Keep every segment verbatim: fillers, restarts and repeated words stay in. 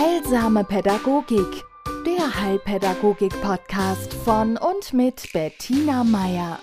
Heilsame Pädagogik, der Heilpädagogik-Podcast von und mit Bettina Meier.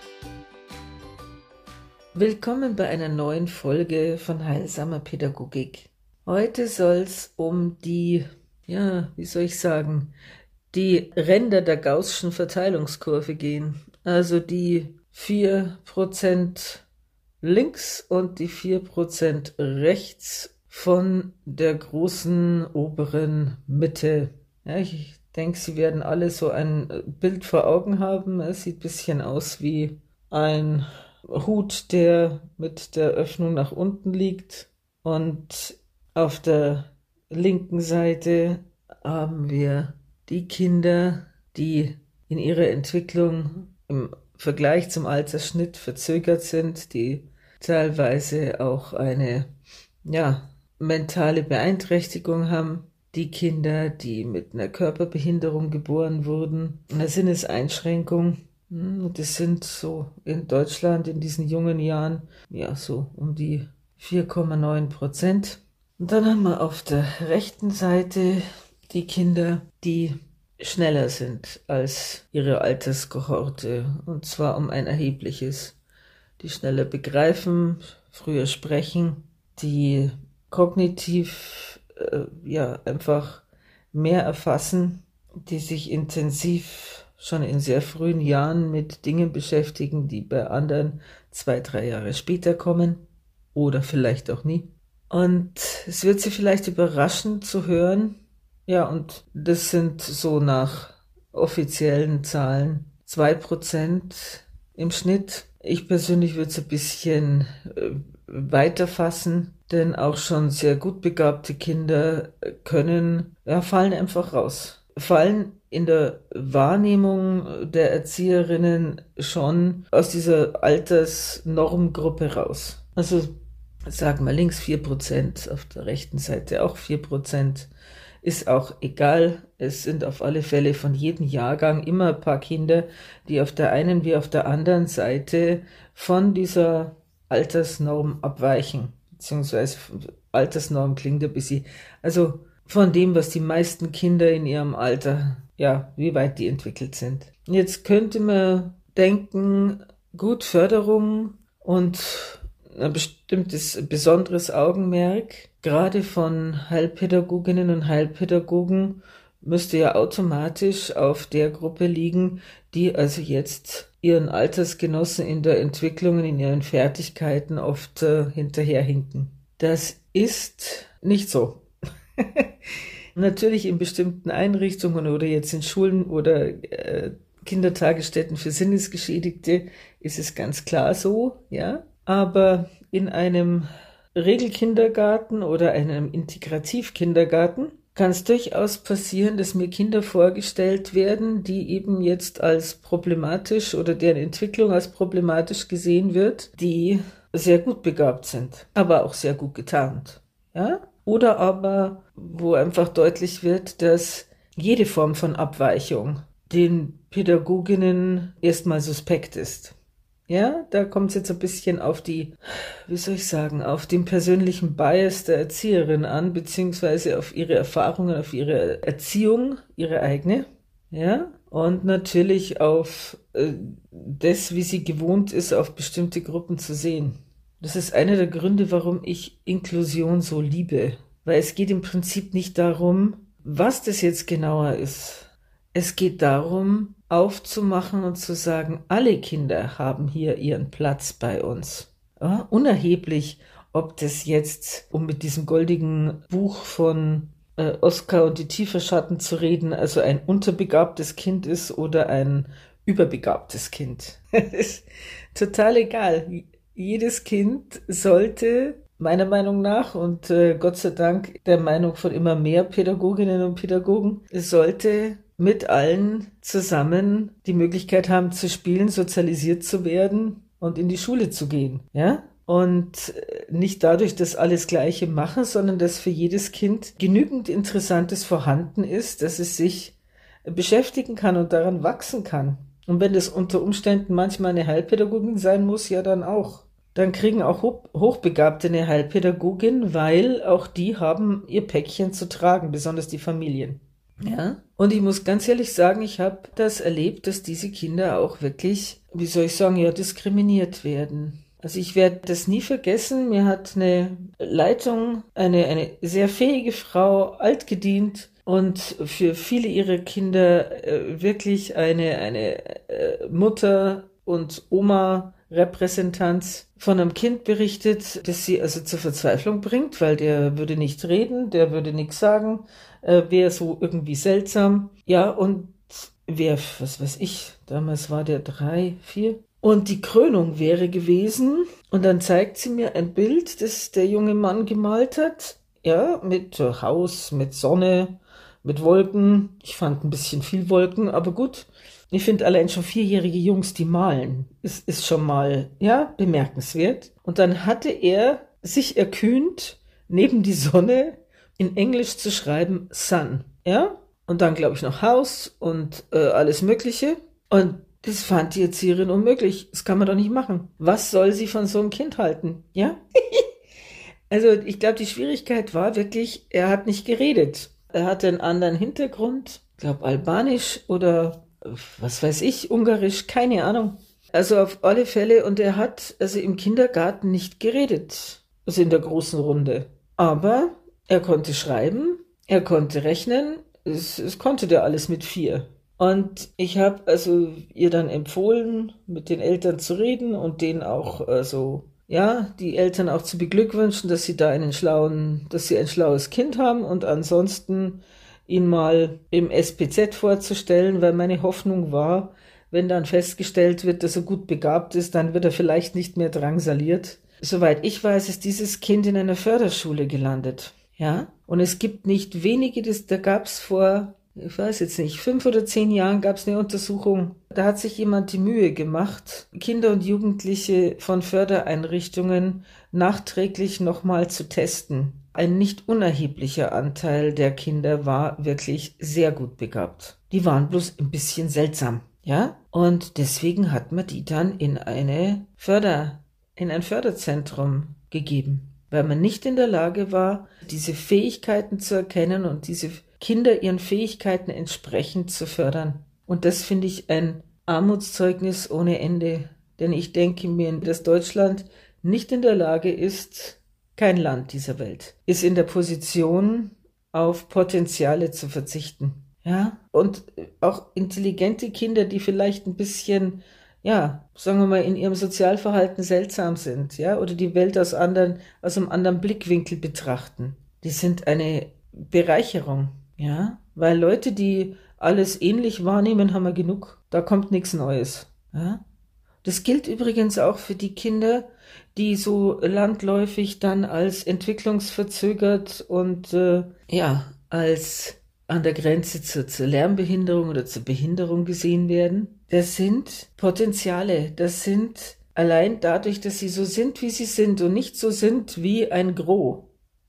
Willkommen bei einer neuen Folge von Heilsamer Pädagogik. Heute soll es um die, ja, wie soll ich sagen, die Ränder der Gaußschen Verteilungskurve gehen. Also die vier Prozent links und die vier Prozent rechts von der großen oberen Mitte. Ja, ich denke, Sie werden alle so ein Bild vor Augen haben. Es sieht ein bisschen aus wie ein Hut, der mit der Öffnung nach unten liegt. Und auf der linken Seite haben wir die Kinder, die in ihrer Entwicklung im Vergleich zum Altersschnitt verzögert sind, die teilweise auch eine, ja, mentale Beeinträchtigung haben, die Kinder, die mit einer Körperbehinderung geboren wurden, einer Sinneseinschränkung. Das sind so in Deutschland in diesen jungen Jahren ja so um die vier Komma neun Prozent. Und dann haben wir auf der rechten Seite die Kinder, die schneller sind als ihre Alterskohorte, und zwar um ein erhebliches. Die schneller begreifen, früher sprechen, die kognitiv äh, ja einfach mehr erfassen, die sich intensiv schon in sehr frühen Jahren mit Dingen beschäftigen, die bei anderen zwei, drei Jahre später kommen oder vielleicht auch nie. Und es wird Sie vielleicht überraschen zu hören, ja, und das sind so nach offiziellen Zahlen zwei Prozent im Schnitt. Ich persönlich würde es ein bisschen äh, weiter fassen, denn auch schon sehr gut begabte Kinder können, ja, fallen einfach raus. Fallen in der Wahrnehmung der Erzieherinnen schon aus dieser Altersnormgruppe raus. Also sagen wir links vier Prozent, auf der rechten Seite auch vier Prozent. Ist auch egal, es sind auf alle Fälle von jedem Jahrgang immer ein paar Kinder, die auf der einen wie auf der anderen Seite von dieser Altersnorm abweichen, beziehungsweise Altersnorm klingt ein bisschen, also von dem, was die meisten Kinder in ihrem Alter, ja, wie weit die entwickelt sind. Jetzt könnte man denken, gut, Förderung und ein bestimmtes besonderes Augenmerk, gerade von Heilpädagoginnen und Heilpädagogen, müsste ja automatisch auf der Gruppe liegen, die also jetzt ihren Altersgenossen in der Entwicklung, in ihren Fertigkeiten oft äh, hinterherhinken. Das ist nicht so. Natürlich in bestimmten Einrichtungen oder jetzt in Schulen oder äh, Kindertagesstätten für Sinnesgeschädigte ist es ganz klar so, ja. Aber in einem Regelkindergarten oder einem Integrativkindergarten kann es durchaus passieren, dass mir Kinder vorgestellt werden, die eben jetzt als problematisch oder deren Entwicklung als problematisch gesehen wird, die sehr gut begabt sind, aber auch sehr gut getarnt, ja? Oder aber, wo einfach deutlich wird, dass jede Form von Abweichung den Pädagoginnen erstmal suspekt ist. Ja, da kommt es jetzt ein bisschen auf die, wie soll ich sagen, auf den persönlichen Bias der Erzieherin an, beziehungsweise auf ihre Erfahrungen, auf ihre Erziehung, ihre eigene, ja, und natürlich auf äh, das, wie sie gewohnt ist, auf bestimmte Gruppen zu sehen. Das ist einer der Gründe, warum ich Inklusion so liebe, weil es geht im Prinzip nicht darum, was das jetzt genauer ist. Es geht darum, aufzumachen und zu sagen, alle Kinder haben hier ihren Platz bei uns. Ja, unerheblich, ob das jetzt, um mit diesem goldigen Buch von äh, Oskar und die Tieferschatten zu reden, also ein unterbegabtes Kind ist oder ein überbegabtes Kind. Das ist total egal. Jedes Kind sollte, meiner Meinung nach und äh, Gott sei Dank der Meinung von immer mehr Pädagoginnen und Pädagogen, sollte mit allen zusammen die Möglichkeit haben zu spielen, sozialisiert zu werden und in die Schule zu gehen, ja? Und nicht dadurch, dass alles Gleiche machen, sondern dass für jedes Kind genügend Interessantes vorhanden ist, dass es sich beschäftigen kann und daran wachsen kann. Und wenn das unter Umständen manchmal eine Heilpädagogin sein muss, ja dann auch. dann kriegen auch Hoch- Hochbegabte eine Heilpädagogin, weil auch die haben ihr Päckchen zu tragen, besonders die Familien. Ja. Und ich muss ganz ehrlich sagen, ich habe das erlebt, dass diese Kinder auch wirklich, wie soll ich sagen, ja, diskriminiert werden. Also ich werde das nie vergessen. Mir hat eine Leitung, eine, eine sehr fähige Frau, altgedient und für viele ihrer Kinder äh, wirklich eine, eine äh, Mutter und Oma-Repräsentanz von einem Kind berichtet, das sie also zur Verzweiflung bringt, weil der würde nicht reden, der würde nichts sagen, äh, wäre so irgendwie seltsam. Ja, und wer, was weiß ich, damals war der drei, vier. Und die Krönung wäre gewesen, und dann zeigt sie mir ein Bild, das der junge Mann gemalt hat, ja, mit Haus, mit Sonne, mit Wolken. Ich fand ein bisschen viel Wolken, aber gut. Ich finde allein schon vierjährige Jungs, die malen, ist, ist schon mal, ja, bemerkenswert. Und dann hatte er sich erkühnt, neben die Sonne in Englisch zu schreiben, Sun, ja. Und dann, glaube ich, noch Haus und äh, alles Mögliche. Und das fand die Erzieherin unmöglich. Das kann man doch nicht machen. Was soll sie von so einem Kind halten, ja? Also ich glaube, die Schwierigkeit war wirklich, er hat nicht geredet. Er hatte einen anderen Hintergrund, ich glaube Albanisch oder was weiß ich, Ungarisch, keine Ahnung. Also auf alle Fälle, und er hat also im Kindergarten nicht geredet, also in der großen Runde. Aber er konnte schreiben, er konnte rechnen, es, es konnte der alles mit vier. Und ich habe also ihr dann empfohlen, mit den Eltern zu reden und denen auch, also, ja, die Eltern auch zu beglückwünschen, dass sie da einen schlauen, dass sie ein schlaues Kind haben, und ansonsten ihn mal im S P Z vorzustellen, weil meine Hoffnung war, wenn dann festgestellt wird, dass er gut begabt ist, dann wird er vielleicht nicht mehr drangsaliert. Soweit ich weiß, ist dieses Kind in einer Förderschule gelandet. Ja, und es gibt nicht wenige, das, da gab es vor, ich weiß jetzt nicht, fünf oder zehn Jahren gab es eine Untersuchung. Da hat sich jemand die Mühe gemacht, Kinder und Jugendliche von Fördereinrichtungen nachträglich nochmal zu testen. Ein nicht unerheblicher Anteil der Kinder war wirklich sehr gut begabt. Die waren bloß ein bisschen seltsam, ja? Und deswegen hat man die dann in eine Förder, in ein Förderzentrum gegeben, weil man nicht in der Lage war, diese Fähigkeiten zu erkennen und diese Kinder ihren Fähigkeiten entsprechend zu fördern. Und das finde ich ein Armutszeugnis ohne Ende. Denn ich denke mir, dass Deutschland nicht in der Lage ist, kein Land dieser Welt ist in der Position, auf Potenziale zu verzichten. Ja, und auch intelligente Kinder, die vielleicht ein bisschen, ja, sagen wir mal, in ihrem Sozialverhalten seltsam sind, ja, oder die Welt aus anderen, aus einem anderen Blickwinkel betrachten. Die sind eine Bereicherung, ja, weil Leute, die alles ähnlich wahrnehmen, haben wir genug. Da kommt nichts Neues, ja. Das gilt übrigens auch für die Kinder, die so landläufig dann als entwicklungsverzögert und äh, ja, als an der Grenze zur, zur Lernbehinderung oder zur Behinderung gesehen werden. Das sind Potenziale, das sind allein dadurch, dass sie so sind, wie sie sind und nicht so sind wie ein Gros,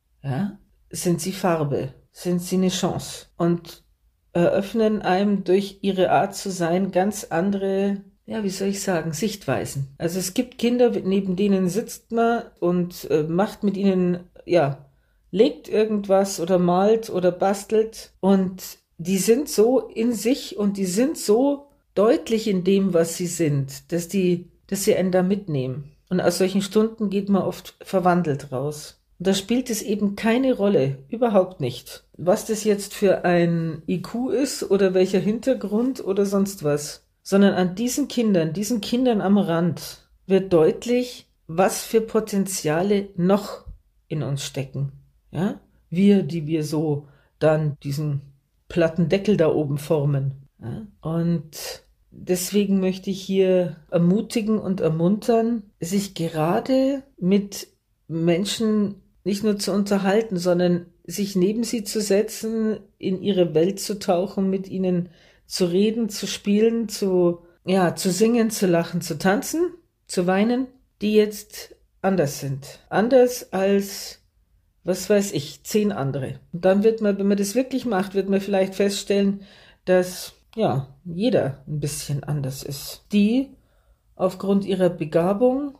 ja, sind sie Farbe, sind sie eine Chance und eröffnen einem durch ihre Art zu sein ganz andere, ja, wie soll ich sagen, Sichtweisen. Also es gibt Kinder, neben denen sitzt man und äh, macht mit ihnen, ja, legt irgendwas oder malt oder bastelt, und die sind so in sich und die sind so deutlich in dem, was sie sind, dass die, dass sie einen da mitnehmen. Und aus solchen Stunden geht man oft verwandelt raus. Und da spielt es eben keine Rolle, überhaupt nicht, was das jetzt für ein I Q ist oder welcher Hintergrund oder sonst was. Sondern an diesen Kindern, diesen Kindern am Rand wird deutlich, was für Potenziale noch in uns stecken. Ja? Wir, die wir so dann diesen platten Deckel da oben formen. Ja? Und deswegen möchte ich hier ermutigen und ermuntern, sich gerade mit Menschen nicht nur zu unterhalten, sondern sich neben sie zu setzen, in ihre Welt zu tauchen, mit ihnen zu reden, zu spielen, zu, ja, zu singen, zu lachen, zu tanzen, zu weinen, die jetzt anders sind. Anders als, was weiß ich, zehn andere. Und dann wird man, wenn man das wirklich macht, wird man vielleicht feststellen, dass, ja, jeder ein bisschen anders ist. Die aufgrund ihrer Begabung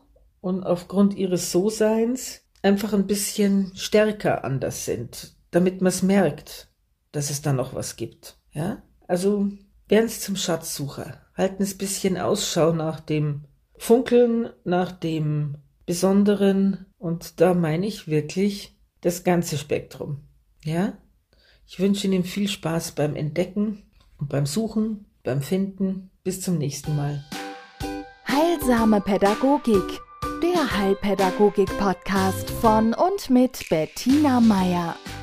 und aufgrund ihres So-Seins einfach ein bisschen stärker anders sind, damit man es merkt, dass es da noch was gibt. Ja? Also werden es zum Schatzsucher, halten es ein bisschen Ausschau nach dem Funkeln, nach dem Besonderen, und da meine ich wirklich das ganze Spektrum. Ja? Ich wünsche Ihnen viel Spaß beim Entdecken und beim Suchen, beim Finden. Bis zum nächsten Mal. Heilsame Pädagogik, der Heilpädagogik-Podcast von und mit Bettina Meier.